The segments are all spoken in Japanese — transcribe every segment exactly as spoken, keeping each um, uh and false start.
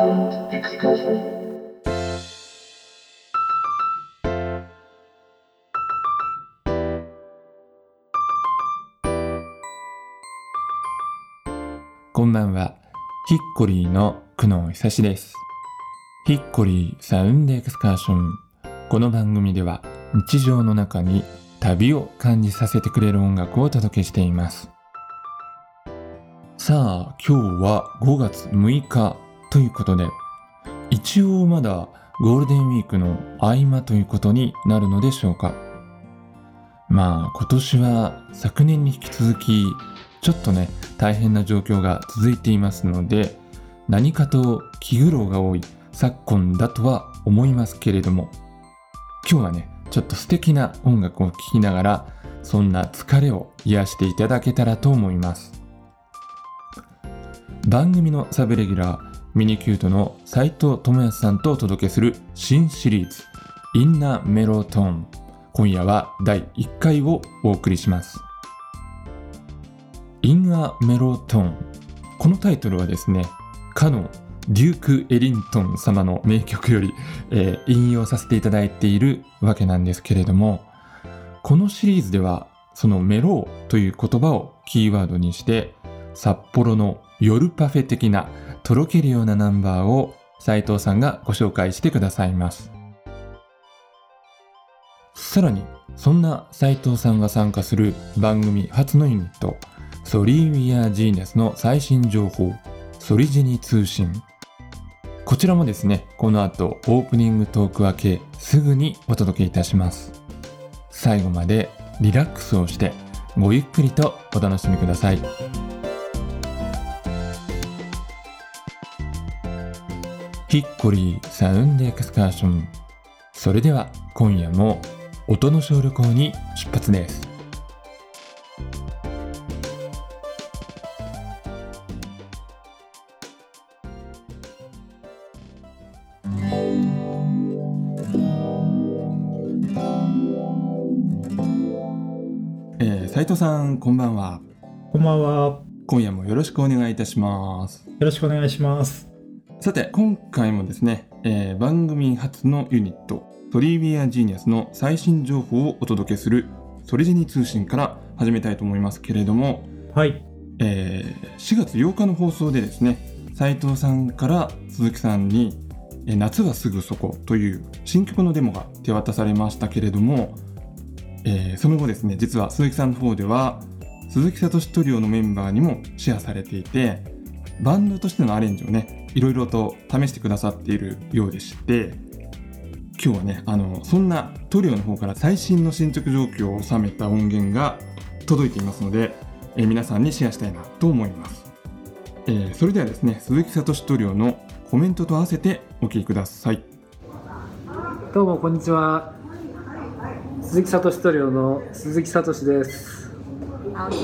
Sound excursion. こんばんは。ヒッコリーの久野久志です。ヒッコリーサウンドエクスカーション。この番組では日常の中に旅を感じさせてくれる音楽をお届けしています。さあ、今日はごがつむいかということで、一応まだゴールデンウィークの合間ということになるのでしょうか。まあ今年は昨年に引き続きちょっとね大変な状況が続いていますので、何かと気苦労が多い昨今だとは思いますけれども、今日はねちょっと素敵な音楽を聴きながらそんな疲れを癒していただけたらと思います。番組のサブレギュラーミニキュートの斉藤智康さんとお届けする新シリーズインナーメロトーン、今夜はだいいっかいをお送りします。インナーメロトーン、このタイトルはですね、かのデューク・エリントン様の名曲より、えー、引用させていただいているわけなんですけれども、このシリーズではそのメローという言葉をキーワードにして札幌の夜パフェ的なとろけるようなナンバーを斉藤さんがご紹介してくださいます。さらにそんな斉藤さんが参加する番組初のユニットソリー・ウィアー・ジーニアスの最新情報ソリジニ通信、こちらもですねこの後オープニングトーク明けすぐにお届けいたします。最後までリラックスをしてごゆっくりとお楽しみください。ヒッコリーサウンドエクスカーション、それでは今夜も音の小旅行に出発です。えー、斉藤さんこんばんは。 こんばんは。 今夜もよろしくお願いいたします。 よろしくお願いします。 さて今回もですね、えー、番組初のユニットソリー・ウィアー・ジーニアスの最新情報をお届けするソリジニ通信から始めたいと思いますけれども、 はい、 えー、しがつようかの放送でですね、斉藤さんから鈴木さんにえ夏はすぐそこという新曲のデモが手渡されましたけれども、えー、その後ですね、実は鈴木さんの方では鈴木聡トリオのメンバーにもシェアされていて、バンドとしてのアレンジをねいろいろと試してくださっているようでして、今日はねあのそんなトリオの方から最新の進捗状況を収めた音源が届いていますので、えー、皆さんにシェアしたいなと思います。えー、それではですね、鈴木聡トリオのコメントと合わせてお聞きください。 どうもこんにちは。鈴木聡トリオの鈴木聡です。 青木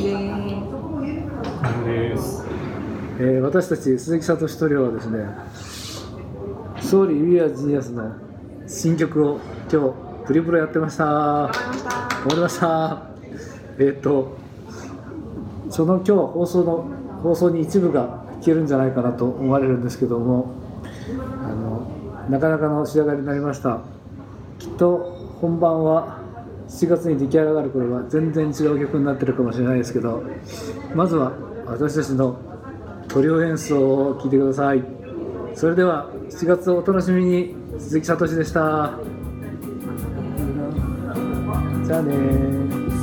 です。 えー、私たち鈴木聡トリオはですね、ソーリー・ウィアー・ジーニアスの新曲を今日プリプロやってました。終わりました。えー、っとその今日は放送の放送に一部が聞けるんじゃないかなと思われるんですけども、あのなかなかの仕上がりになりました。きっと本番はしちがつに出来上がる頃は全然違う曲になってるかもしれないですけど、まずは私たちのトリオ演奏を聴いてください。それではしちがつをお楽しみに。鈴木聡でした。じゃあね。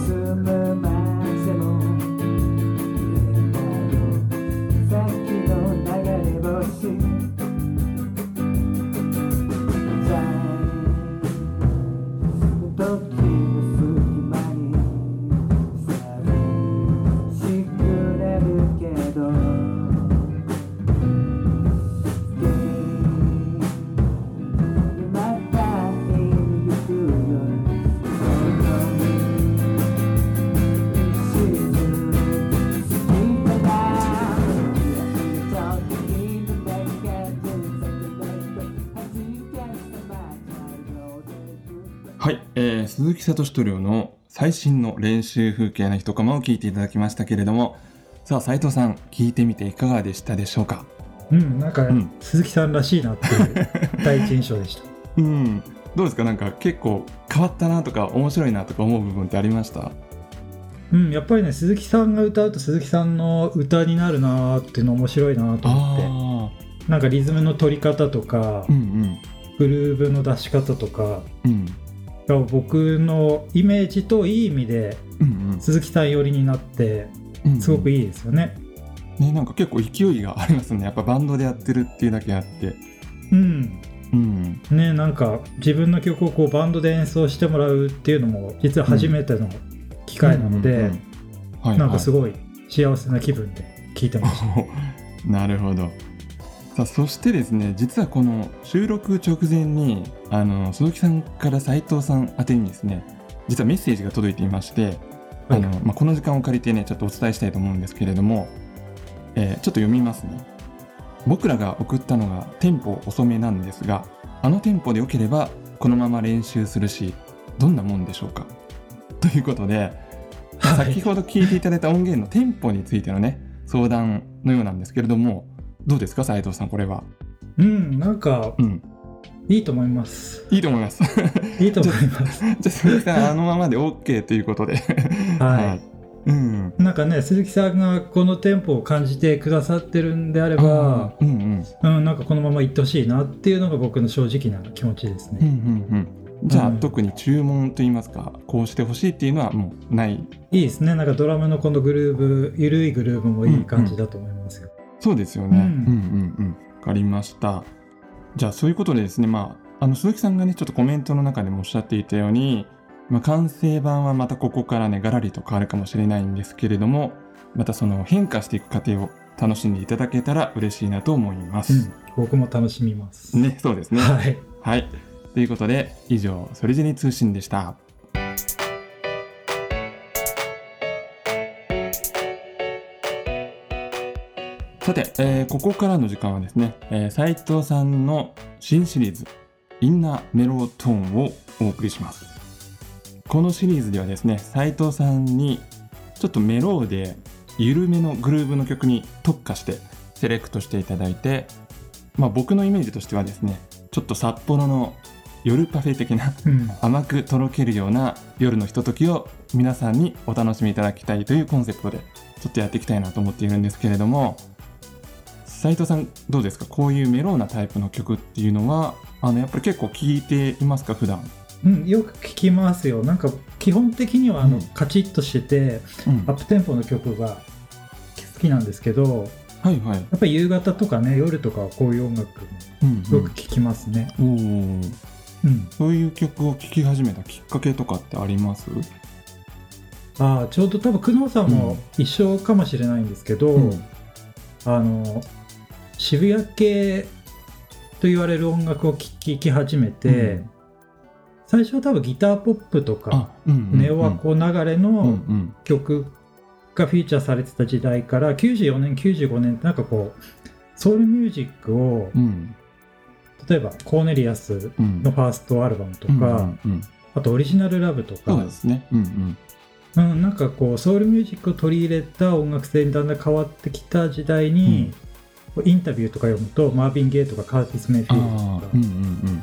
はい、えー、鈴木聡トリオの最新の練習風景の一コマを聞いていただきましたけれども、さあ斉藤さん聞いてみていかがでしたでしょうか。 うん、なんか、 うん、 鈴木さんらしいなっていう第一印象でした。 うん、どうですか、なんか結構変わったなとか面白いなとか思う部分ってありました？ うん、やっぱりね、鈴木さんが歌うと鈴木さんの歌になるなっていうの面白いなと思って、なんかリズムの取り方とか、 うんうん、 グルーヴの出し方とか、 うん、 僕のイメージといい意味で鈴木さん寄りになってすごくいいですよね。 うんうん、ね、なんか結構勢いがありますね。やっぱバンドでやってるっていうだけあって、 うんうん、 ね、なんか自分の曲をこうバンドで演奏してもらうっていうのも実は初めての機会なので、なんかすごい幸せな気分で聴いてました。 なるほど。さあ、そしてですね、実はこの収録直前にあの鈴木さんから斉藤さん宛てにですね、実はメッセージが届いていまして、あの、まあ、この時間を借りてねちょっとお伝えしたいと思うんですけれども、えー、ちょっと読みますね。僕らが送ったのがテンポ遅めなんですが、あのテンポで良ければこのまま練習するし、どんなもんでしょうか、ということで、はい、先ほど聞いていただいた音源のテンポについてのね相談のようなんですけれども、どうですか斉藤さん、これは。 うん、なんか、うん、いいと思います。 いいと思いますいいと思いますじゃあ鈴木さんあのままで OK ということではい、はい、うん、なんかね、鈴木さんがこのテンポを感じてくださってるんであれば、うんうんうん、なんかこのままいってほしいなっていうのが僕の正直な気持ちですね。うんうんうん、じゃあ、うん、特に注文といいますか、こうしてほしいっていうのはもうない？ いいですね。なんかドラムのこのグルーブ、ゆるいグルーブもいい感じだと思いますよ。 うんうん、そうですよね。うんうんうん、分かりました。じゃあそういうことでですね、まあ、あの鈴木さんがねちょっとコメントの中でもおっしゃっていたように、まあ、完成版はまたここからねガラリと変わるかもしれないんですけれども、またその変化していく過程を楽しんでいただけたら嬉しいなと思います、うん、 僕も楽しみますね。そうですね。 はい、 はい、ということで以上ソリジェニ通信でした。さて、えー、ここからの時間はですね、えー、斉藤さんの新シリーズインナーメロトーンをお送りします。このシリーズではですね、斉藤さんにちょっとメローで緩めのグルーヴの曲に特化してセレクトしていただいて、まあ、僕のイメージとしてはですね、ちょっと札幌の夜パフェ的な、うん、甘くとろけるような夜のひとときを皆さんにお楽しみいただきたいというコンセプトでちょっとやっていきたいなと思っているんですけれども、斉藤さんどうですか、こういうメローなタイプの曲っていうのはあのやっぱり結構聴いていますか、普段？ うん、よく聴きますよ。なんか基本的にはあの、うん、カチッとしてて、うん、アップテンポの曲が好きなんですけど、はいはい、やっぱり夕方とかね、夜とかはこういう音楽もよく聴きますね。うんうん、 うん、そういう曲を聴き始めたきっかけとかってあります？ ああ、ちょうど多分久能さんも一緒かもしれないんですけど、うん、あの渋谷系と言われる音楽を聴き始めて、うん、最初は多分ギターポップとか、うんうんうん、ネオワコ流れの曲がフィーチャーされてた時代からきゅうじゅうよねんきゅうじゅうごねんってなんかこうソウルミュージックを、うん、例えばコーネリアスのファーストアルバムとか、うんうんうんうん、あとオリジナルラブとか、 そうですね、うんうん、なんかこうソウルミュージックを取り入れた音楽性にだんだん変わってきた時代に、うん、インタビューとか読むとマーヴィン・ゲイとかカーティス・メイフィールドとか、うんうんうん、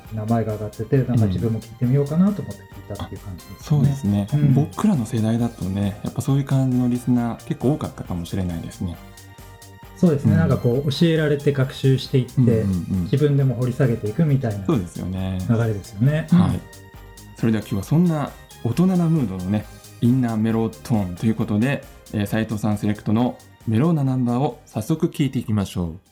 名前が上がってて、なんか自分も聞いてみようかなと思って聞いたっていう感じですね。 そうですね、うん、僕らの世代だとね、やっぱそういう感じのリスナー結構多かったかもしれないですね。 そうですね、うん、なんかこう教えられて学習していって、うんうんうん、自分でも掘り下げていくみたいな流れですよね。 はい、それでは今日はそんな大人なムードのねインナーメロトーンということで、えー、斉藤さんセレクトのメローなナンバーを早速聴いていきましょう。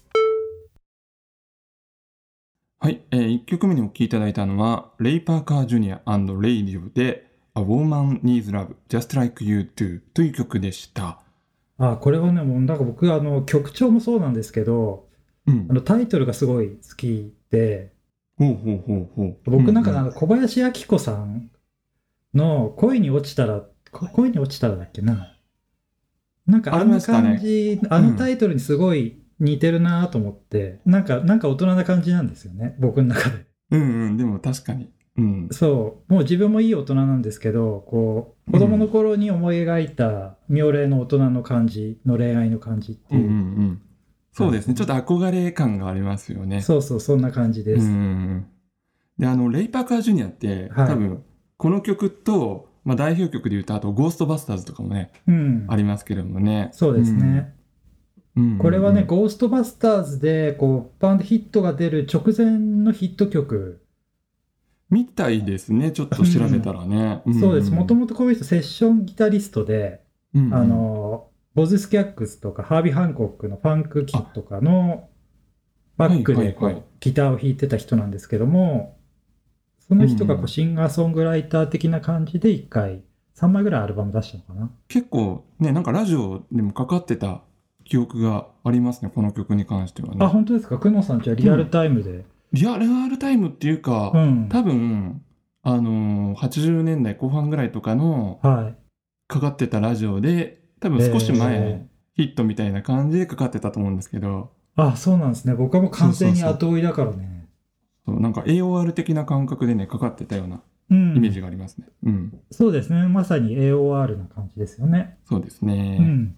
はい、えー、いっきょくめにお聴きいただいたのはレイ・パーカー・ジュニア&レイディオで A Woman Needs Love Just Like You Do という曲でした。 あ、これはね、もうなんか僕あの曲調もそうなんですけど、うん、あのタイトルがすごい好きで、ほうほうほうほう、僕なんか、うんうん、小林明子さんの恋に落ちたら恋に落ちたらだっけな、なんかあんな感じ、あ、ね、うん、あのタイトルにすごい似てるなと思って、なんかなんか大人な感じなんですよね、僕の中で。 うんうん、でも確かに、うん、 そうもう自分もいい大人なんですけど、こう子供の頃に思い描いた妙齢の大人の感じの恋愛の感じっていうそうですね。ちょっと憧れ感がありますよね。 そうそう、そんな感じです。 うんで、あの、レイ・パーカー・ジュニアって、 はい多分、この曲と、まあ、代表曲で言うと、あと、ゴーストバスターズとかもね、 うんありますけれどもね。 そうですね。 うん。うんこれはね、 うんゴーストバスターズでこうバンドヒットが出る直前のヒット曲、 みたいですね。ちょっと調べたらね。 そうです。もとももとこの人セッションギタリストで、 うんうんあのボズ・スキャックスとかハービー・ハンコックのファンクキッとかのバックでこう、 はいはいはいギターを弾いてた人なんですけども、その人がこうんううんシンガーソングライター的な感じでいっかいさんまいぐらいアルバム出したのかな。 結構ね、なんかラジオでもかかってた記憶がありますね。この曲に関してはね。 あ、本当ですか。久野さんじゃあリアルタイムで。 リアルタイムっていうか、 うん。 多分、あのー、はちじゅうねんだいこう半ぐらいとかのはい。 かかってたラジオで、多分少し前、 えヒットみたいな感じでかかってたと思うんですけど、 ーあ、そうなんですね。僕はもう完全にそうそう後追いだからね。 そうなんか エーオーアール 的な感覚でね、かかってたようなうん。 イメージがありますね。うん。 そうですね。まさに エーオーアール な感じですよね。 そうですうね。 ん。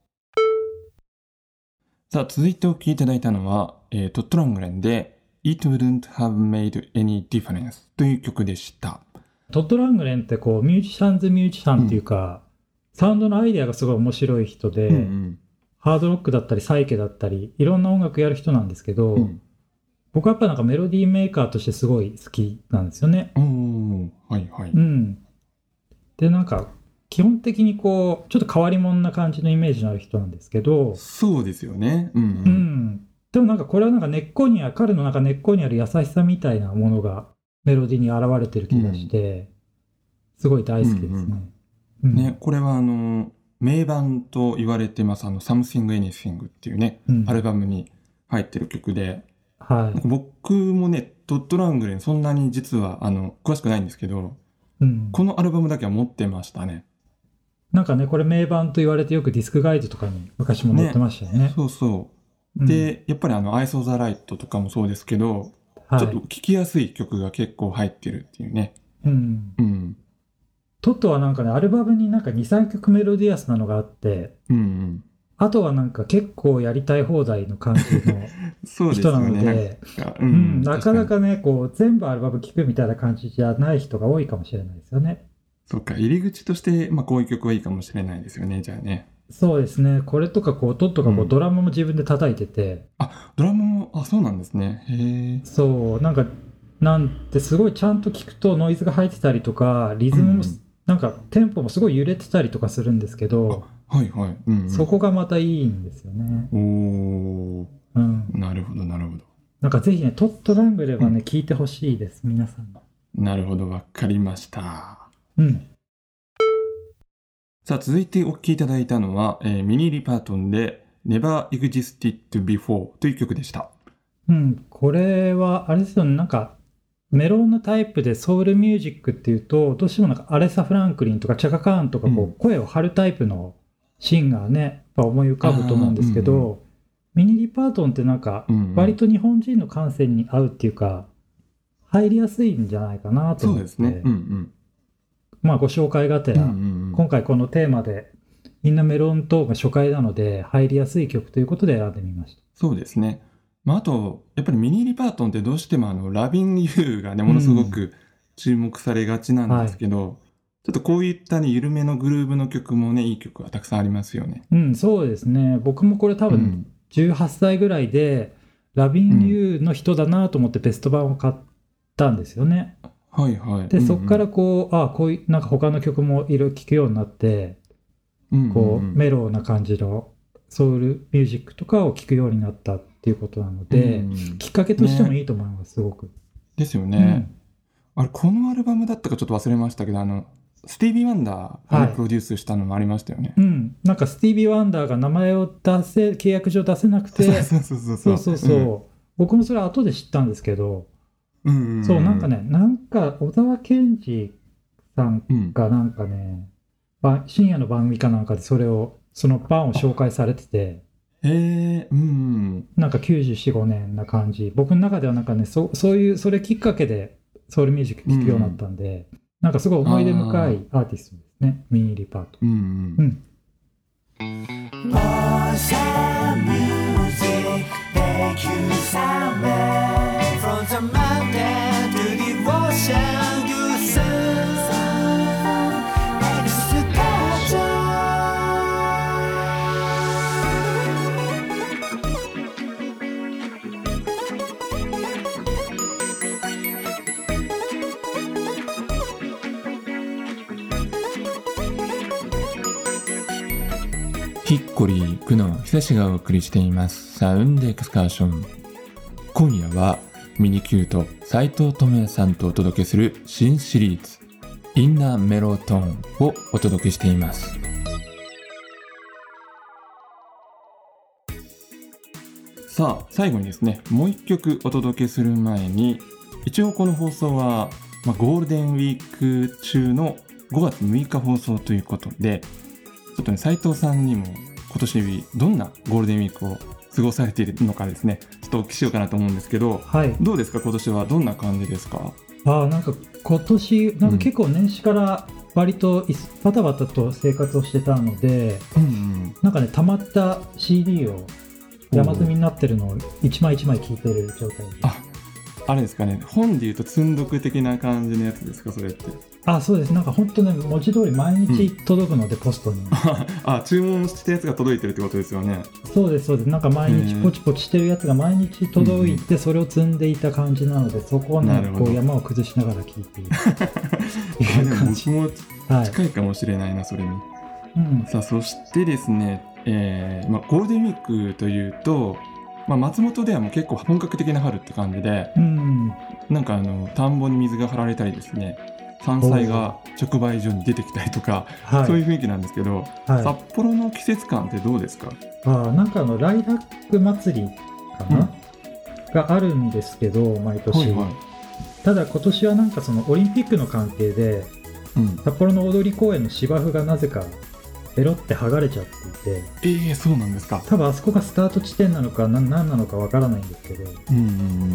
さあ、続いてお聴きいただいたのは、えートットラングレンで It Wouldn't Have Made Any Difference という曲でした。 トッド・ラングレンってこうミュージシャンズ・ミュージシャンっていうか、サウンドのアイデアがすごい面白い人で、 うんうんハードロックだったりサイケだったりいろんな音楽やる人なんですけど、 うん僕はやっぱなんかメロディーメーカーとしてすごい好きなんですよね。 おーはいはい。 うん。でなんか基本的にこうちょっと変わり者な感じのイメージのある人なんですけど、 そうですよね。うんううんん。でもなんかこれはなんか根っこには彼のなんか根っこにある優しさみたいなものがメロディーに現れてる気がして、すごい大好きですね。うんね、これはあの、名盤と言われてます、あの、Something Anything っていうね、 うんアルバムに入ってる曲で、 はい。 僕もね、トットラングレンそんなに実は、あの、詳しくないんですけど、 うん、 このアルバムだけは持ってましたね。 なんかね、これ名盤と言われてよくディスクガイドとかに昔も載ってましたよね。 そうそう。 うんで、やっぱりあの、I Saw the Light とかもそうですけど、 はい、 ちょっと聴きやすい曲が結構入ってるっていうね。 うん。 うん。 トットはなんかね、アルバムになんかに、さんきょくメロディアスなのがあって、 うんうん。 あとはなんか結構やりたい放題の感じのそうです人なよね。 ので、 なんかううんん、 なかな確かに。 かね、こう全部アルバム聴くみたいな感じじゃない人が多いかもしれないですよね。 そっか、入り口として、まあ、こういう曲はいいかもしれないですよね、じゃあね。 そうですね。これとかこう、トットがこううんドラムも自分で叩いてて、 ドラムも、あ、そうなんですね。へえ。 そう、なんか、なんてすごいちゃんと聞くとノイズが入ってたりとか、リズムも、 うんなんかテンポもすごい揺れてたりとかするんですけど、 はいはい。うん、うん。 そこがまたいいんですよね。 おー、 うん。 なるほど、なるほど。 なんかぜひね、トットラングレはね、聞いてほしいです、皆さん。 なるほど、わかりました。 うん。 さあ、続いてお聴きいただいたのは、えーミニー・リパートンで Never Existed Before という曲でした。 うん、これは、あれですよね、なんか、メロンなタイプでソウルミュージックっていうと、どうしてもなんかアレサ・フランクリンとかチャカ・カーンとかこうんう声を張るタイプのシンガーね、やっぱ思い浮かぶと思うんですけど、 あーうんミニ・リパートンってなんかうんうん割と日本人の感性に合うっていうか、入りやすいんじゃないかなとそ思って、 うですね。うんうん。 まあご紹介がてら、 うんうんうん今回このテーマでみんなメロントーンが初回なので入りやすい曲ということで選んでみました。 そうですね。まあ、あと、やっぱりミニー・リパートンってどうしてもあの、ラビン・ユーがね、ものすごく注目されがちなんですけど、ちょっとこういったね、緩めのグルーヴの曲もね、いい曲がたくさんありますよね。 うん、そうですね。僕もこれ多分うん。 じゅうはっさいぐらいでラビン・ユーの人だなと思ってベスト版を買ったんですよね。 はいはい。 で、 うんうんそこからこう、ああ、こういう、なんか他の曲もいろいろ聴くようになって、 うんうんうんこう、メローな感じのソウルミュージックとかを聴くようになったっていうことなので、 うんうんきっかけとしてもいいと思います、すごく。 ですようね。 んあれ、このアルバムだったかちょっと忘れましたけど、あの、スティービー・ワンダーがねはいプロデュースしたのもありましたよね。 うん、なんかスティービー・ワンダーが名前を出せ、契約上出せなくて、 そうそうそうそうそうそう、僕もそれ後で知ったんですけど、 うん。うんうんうんそう、なんかね、なんか小沢健二さんうん。 がなんかね、ば深夜の番組かなんかでそれを、その版を紹介されてて、 へえ、うんうん。 なんかきゅうじゅうよん、ごねんな感じ。僕の中ではなんかね、そそういう、それきっかけでソウルミュージック聴くようになったんで、なんかすごい思い出深いアーティストですね、ミニ・リパート。 うんうん。 うん。 Awesome music. take you somewhere from the mountain to the ocean. You soon excursion. ヒッコリー久野久志がお送りしていますサウンドエクスカーション。今夜はミニキュート斉藤智也さんとお届けする新シリーズインナーメロトーンをお届けしています。さあ最後にですね、もう一曲お届けする前に、一応この放送は、まあ、ゴールデンウィーク中のごがつむいか放送ということで、ちょっとね斉藤さんにも今年どんなゴールデンウィークを過ごされているのかですね、ちょっとお聞きしようかなと思うんですけど、 はい、 どうですか今年はどんな感じですか？ あなんか今年なんか結構年始から割とバタバタと生活をしてたので、うんうん、なんかね溜まった シーディー を山積みになってるのを一枚一枚聴いてる状態です。 ああれですかね、本でいうと積んどく的な感じのやつですかそれって？ あそうです。なんか本当ね文字通り毎日届くので、うん、ポストにあ注文したやつが届いてるってことですよね。 そうですそうです。なんか毎日ポチポチしてるやつが毎日届いて、それを積んでいた感じなので、そこをねこう山を崩しながら聞いているあでも僕も近いかもしれないな、はい、それに、うん、さあそしてですね、えーまあ、ゴールデンウィークというと、まあ、松本ではもう結構本格的な春って感じで、うん、なんかあの田んぼに水が張られたりですね、山菜が直売所に出てきたりとか、はい、そういう雰囲気なんですけど、はい、札幌の季節感ってどうですか？ あなんかあのライラック祭りかな、うん、があるんですけど毎年、はいはい、ただ今年はなんかそのオリンピックの関係で、うん、札幌の大通公園の芝生がなぜかペロって剥がれちゃっていて、 えー、そうなんですか。 多分あそこがスタート地点なのか何なのかわからないんですけど、うんうんうん、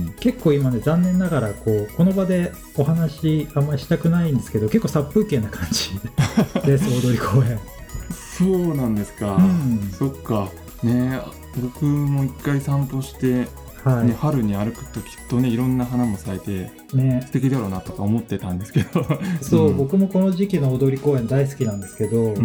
結構今ね残念ながらこうこの場でお話あんまりしたくないんですけど、結構殺風景な感じです大通公園。 そうなんですか、うん、そっかね。僕も一回散歩してはいね、春に歩くときっとねいろんな花も咲いて、ね、素敵だろうなとか思ってたんですけどそう、うん、僕もこの時期の大通公園大好きなんですけど、うん、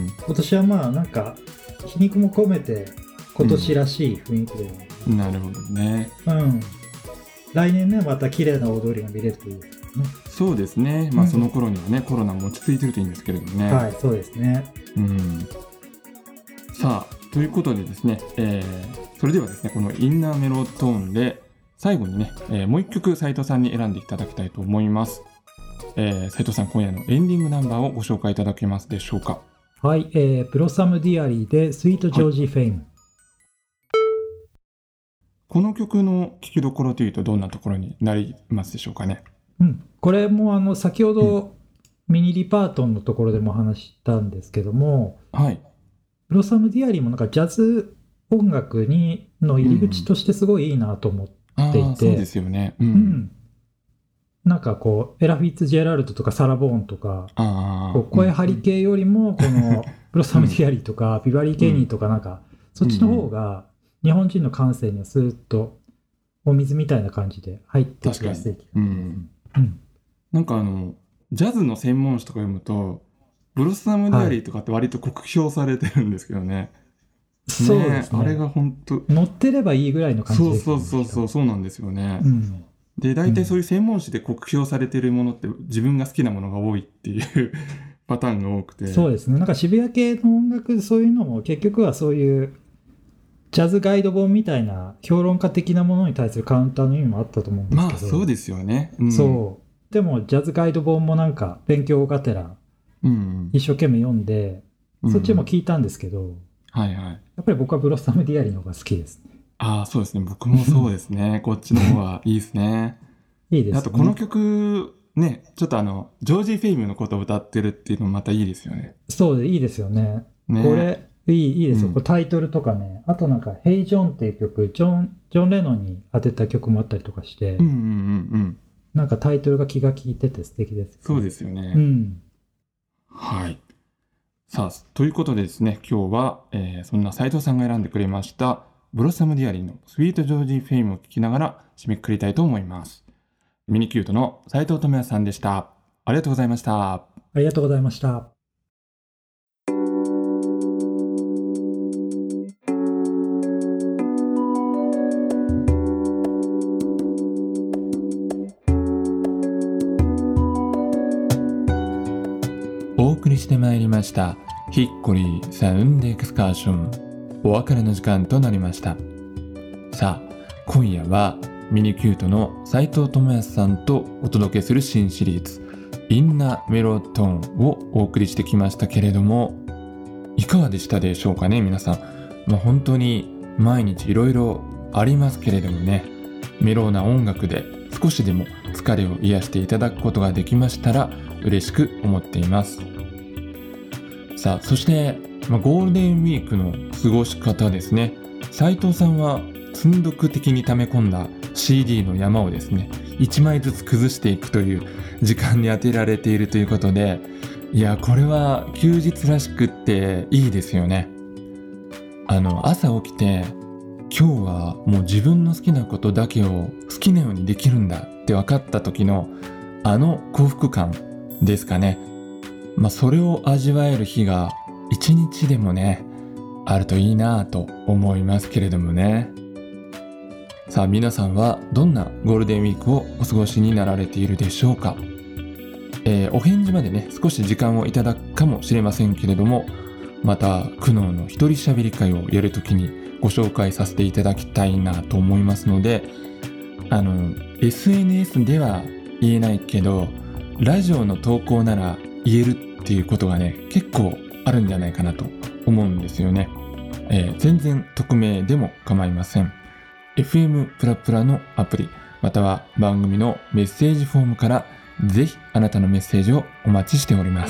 今年はまあなんか皮肉も込めて今年らしい雰囲気で、 うん、なるほどね、 うん、来年ねまた綺麗な大通りが見れるといいですね。 そうですね、まあ、その頃にはね、うん、コロナも落ち着いてるといいんですけれどもね。 はいそうですね、うん、 さあということでですね、えーそれではですねこのインナーメロトーンで最後にね、えー、もう一曲斉藤さんに選んでいただきたいと思います。えー、斉藤さん今夜のエンディングナンバーをご紹介いただけますでしょうか？ はい、えー、ブロッサムディアリーでスイートジョージフェイム、はい、 この曲の聴きどころというとどんなところになりますでしょうかね？ うん、これもあの先ほどミニリパートンのところでも話したんですけども、はい、ブロッサムディアリーもなんかジャズ音楽にの入り口としてすごいいいなと思っていて、うん、 そうですよね、うんうん、 なんかこうエラ・フィッツジェラルドとかサラ・ボーンとかこう声張り系よりもこのブロッサム・ディアリーとかビバリー・ケニーとかなんかそっちの方が日本人の感性にはスーッとお水みたいな感じで入ってきやすい気がします、うんうん、 なんかあのジャズの専門誌とか読むとブロッサム・ディアリーとかって割と酷評されてるんですけどね、はいそうですね、 あれが本当乗ってればいいぐらいの感じです、ね、 そうそうそうそうそうなんですよね、うん、で大体そういう専門誌で酷評されてるものって自分が好きなものが多いっていうパターンが多くて、 そうですね。なんか渋谷系の音楽そういうのも結局はそういうジャズガイド本みたいな評論家的なものに対するカウンターの意味もあったと思うんですけど、 まあそうですよね、うん、 そうでもジャズガイド本もなんか勉強がてら一生懸命読んで、うん、そっちも聞いたんですけど、はいはい、やっぱり僕はブロッサムディアリーの方が好きですね。 ああそうですね、僕もそうですねこっちの方がいいですねいいですね。 あとこの曲ねちょっとあのジョージ・フェイムのことを歌ってるっていうのもまたいいですよね。 そうでいいですよ ね, ねこれいいいいですよ、うん、これタイトルとかね、あとなんかヘイ・ジョンっていう曲ジョン、ジョン・レノンに当てた曲もあったりとかして、うんうんうんうん、なんかタイトルが気が利いてて素敵です、ね、 そうですよね、うん、はい。さあということでですね今日は、えー、そんな斉藤さんが選んでくれましたブロッサムディアリーのスイートジョージーフェイムを聞きながら締めくくりたいと思います。ミニキュートの斉藤智也さんでした。ありがとうございました。 ありがとうございました。 お送りしてまいりましたヒッコリーサウンドエクスカーション、お別れの時間となりました。さあ今夜はミニキュートの斉藤智也さんとお届けする新シリーズインナメロトーンをお送りしてきましたけれども、いかがでしたでしょうかね皆さん。まあ、本当に毎日いろいろありますけれどもね、メローな音楽で少しでも疲れを癒していただくことができましたら嬉しく思っています。さあそして、まあ、ゴールデンウィークの過ごし方ですね。斉藤さんは積んどく的に溜め込んだ シーディー の山をですねいちまいずつ崩していくという時間に当てられているということで、いやこれは休日らしくっていいですよね。あの朝起きて今日はもう自分の好きなことだけを好きなようにできるんだって分かった時のあの幸福感ですかね。まあそれを味わえる日が一日でもねあるといいなぁと思いますけれどもね。さあ皆さんはどんなゴールデンウィークをお過ごしになられているでしょうか。えー、お返事までね少し時間をいただくかもしれませんけれども、また苦悩の一人喋り会をやるときにご紹介させていただきたいなと思いますので、あの エスエヌエス では言えないけどラジオの投稿なら言えるっていうことがね結構あるんじゃないかなと思うんですよね。えー、全然匿名でも構いません。 エフエム プラプラのアプリまたは番組のメッセージフォームからぜひあなたのメッセージをお待ちしております。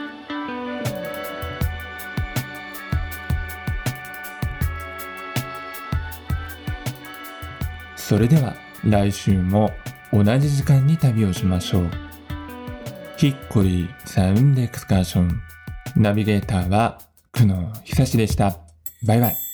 それでは来週も同じ時間に旅をしましょう。ヒッコリーサウンドエクスカーション、ナビゲーターは久野久志でした。バイバイ。